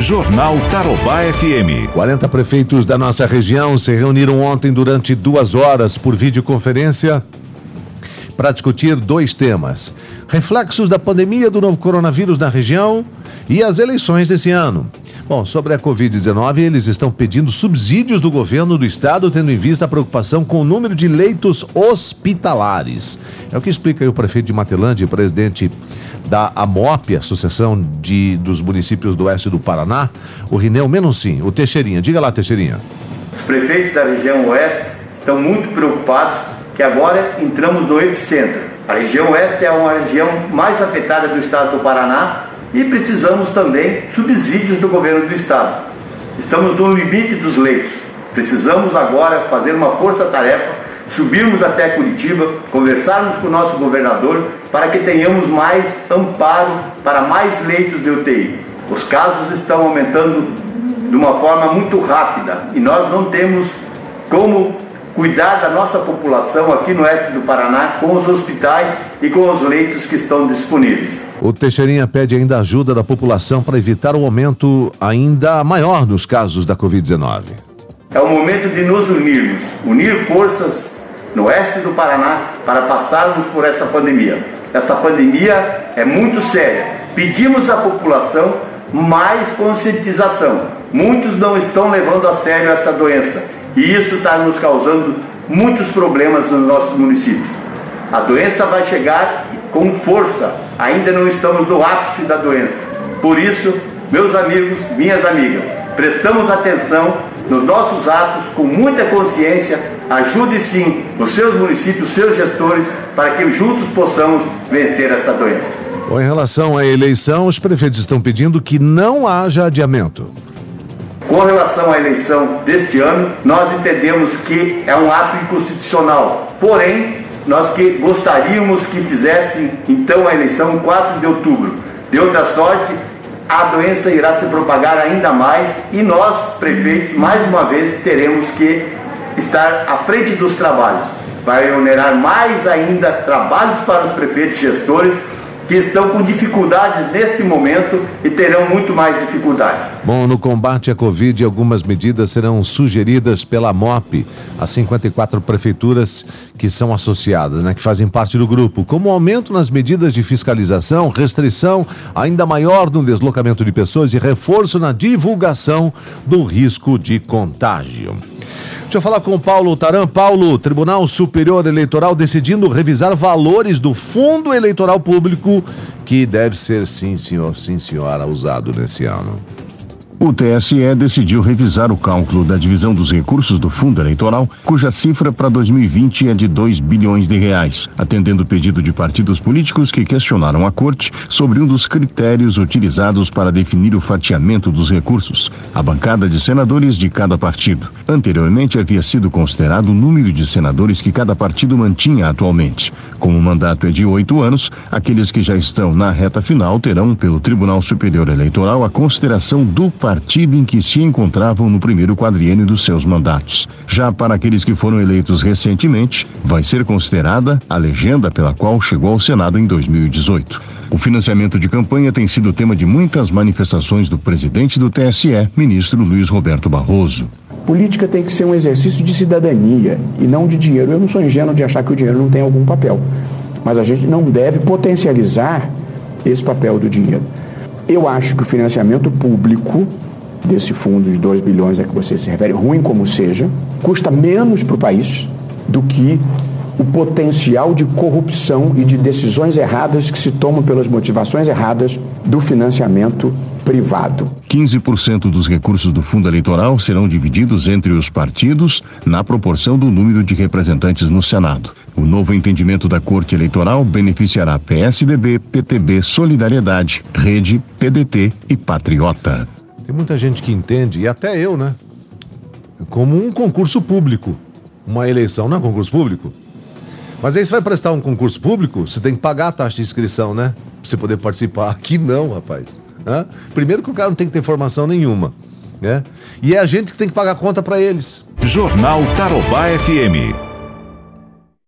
Jornal Tarobá FM. 40 prefeitos da nossa região se reuniram ontem durante 2 horas por videoconferência para discutir 2 temas: reflexos da pandemia do novo coronavírus na região e as eleições desse ano. Bom, sobre a Covid-19, eles estão pedindo subsídios do governo do estado, tendo em vista a preocupação com o número de leitos hospitalares. É o que explica aí o prefeito de Matelândia e presidente da AMOP, Associação dos Municípios do Oeste do Paraná, o Rineu Menoncin, o Teixeirinha. Diga lá, Teixeirinha. Os prefeitos da região Oeste estão muito preocupados que agora entramos no epicentro. A região Oeste é uma região mais afetada do estado do Paraná e precisamos também subsídios do governo do estado. Estamos no limite dos leitos. Precisamos agora fazer uma força-tarefa, subirmos até Curitiba, conversarmos com o nosso governador para que tenhamos mais amparo para mais leitos de UTI. Os casos estão aumentando de uma forma muito rápida e nós não temos como cuidar da nossa população aqui no oeste do Paraná com os hospitais e com os leitos que estão disponíveis. O Teixeirinha pede ainda ajuda da população para evitar um aumento ainda maior nos casos da Covid-19. É o momento de nos unir forças no oeste do Paraná para passarmos por essa pandemia. Essa pandemia é muito séria. Pedimos à população mais conscientização. Muitos não estão levando a sério essa doença e isso está nos causando muitos problemas nos nossos municípios. A doença vai chegar com força, ainda não estamos no ápice da doença. Por isso, meus amigos, minhas amigas, prestamos atenção nos nossos atos com muita consciência. Ajude sim os seus municípios, os seus gestores, para que juntos possamos vencer essa doença. Bom, em relação à eleição, os prefeitos estão pedindo que não haja adiamento. Com relação à eleição deste ano, nós entendemos que é um ato inconstitucional. Porém, nós que gostaríamos que fizessem então a eleição em 4 de outubro. De outra sorte, a doença irá se propagar ainda mais e nós, prefeitos, mais uma vez teremos que estar à frente dos trabalhos. Vai onerar mais ainda trabalhos para os prefeitos gestores que estão com dificuldades neste momento e terão muito mais dificuldades. Bom, no combate à Covid, algumas medidas serão sugeridas pela MOP, as 54 prefeituras que são associadas, que fazem parte do grupo, como aumento nas medidas de fiscalização, restrição ainda maior no deslocamento de pessoas e reforço na divulgação do risco de contágio. Deixa eu falar com o Paulo Taran. Paulo, Tribunal Superior Eleitoral decidindo revisar valores do Fundo Eleitoral Público, que deve ser, sim senhor, sim senhora, usado nesse ano. O TSE decidiu revisar o cálculo da divisão dos recursos do Fundo Eleitoral, cuja cifra para 2020 é de R$2 bilhões, atendendo o pedido de partidos políticos que questionaram a Corte sobre um dos critérios utilizados para definir o fatiamento dos recursos, a bancada de senadores de cada partido. Anteriormente havia sido considerado o número de senadores que cada partido mantinha atualmente. Como o mandato é de 8 anos, aqueles que já estão na reta final terão, pelo Tribunal Superior Eleitoral, a consideração do partido em que se encontravam no primeiro quadriênio dos seus mandatos. Já para aqueles que foram eleitos recentemente, vai ser considerada a legenda pela qual chegou ao Senado em 2018. O financiamento de campanha tem sido tema de muitas manifestações do presidente do TSE, ministro Luiz Roberto Barroso. Política tem que ser um exercício de cidadania e não de dinheiro. Eu não sou ingênuo de achar que o dinheiro não tem algum papel, mas a gente não deve potencializar esse papel do dinheiro. Eu acho que o financiamento público desse fundo de 2 bilhões a que você se refere, ruim como seja, custa menos para o país do que o potencial de corrupção e de decisões erradas que se tomam pelas motivações erradas do financiamento privado. 15% dos recursos do fundo eleitoral serão divididos entre os partidos na proporção do número de representantes no Senado. O novo entendimento da Corte Eleitoral beneficiará PSDB, PTB, Solidariedade, Rede, PDT e Patriota. Tem muita gente que entende, e até eu, como um concurso público. Uma eleição não é concurso público? Mas aí você vai prestar um concurso público, você tem que pagar a taxa de inscrição, Pra você poder participar. Aqui não, rapaz. Primeiro que o cara não tem que ter formação nenhuma, E é a gente que tem que pagar a conta para eles. Jornal Tarobá FM.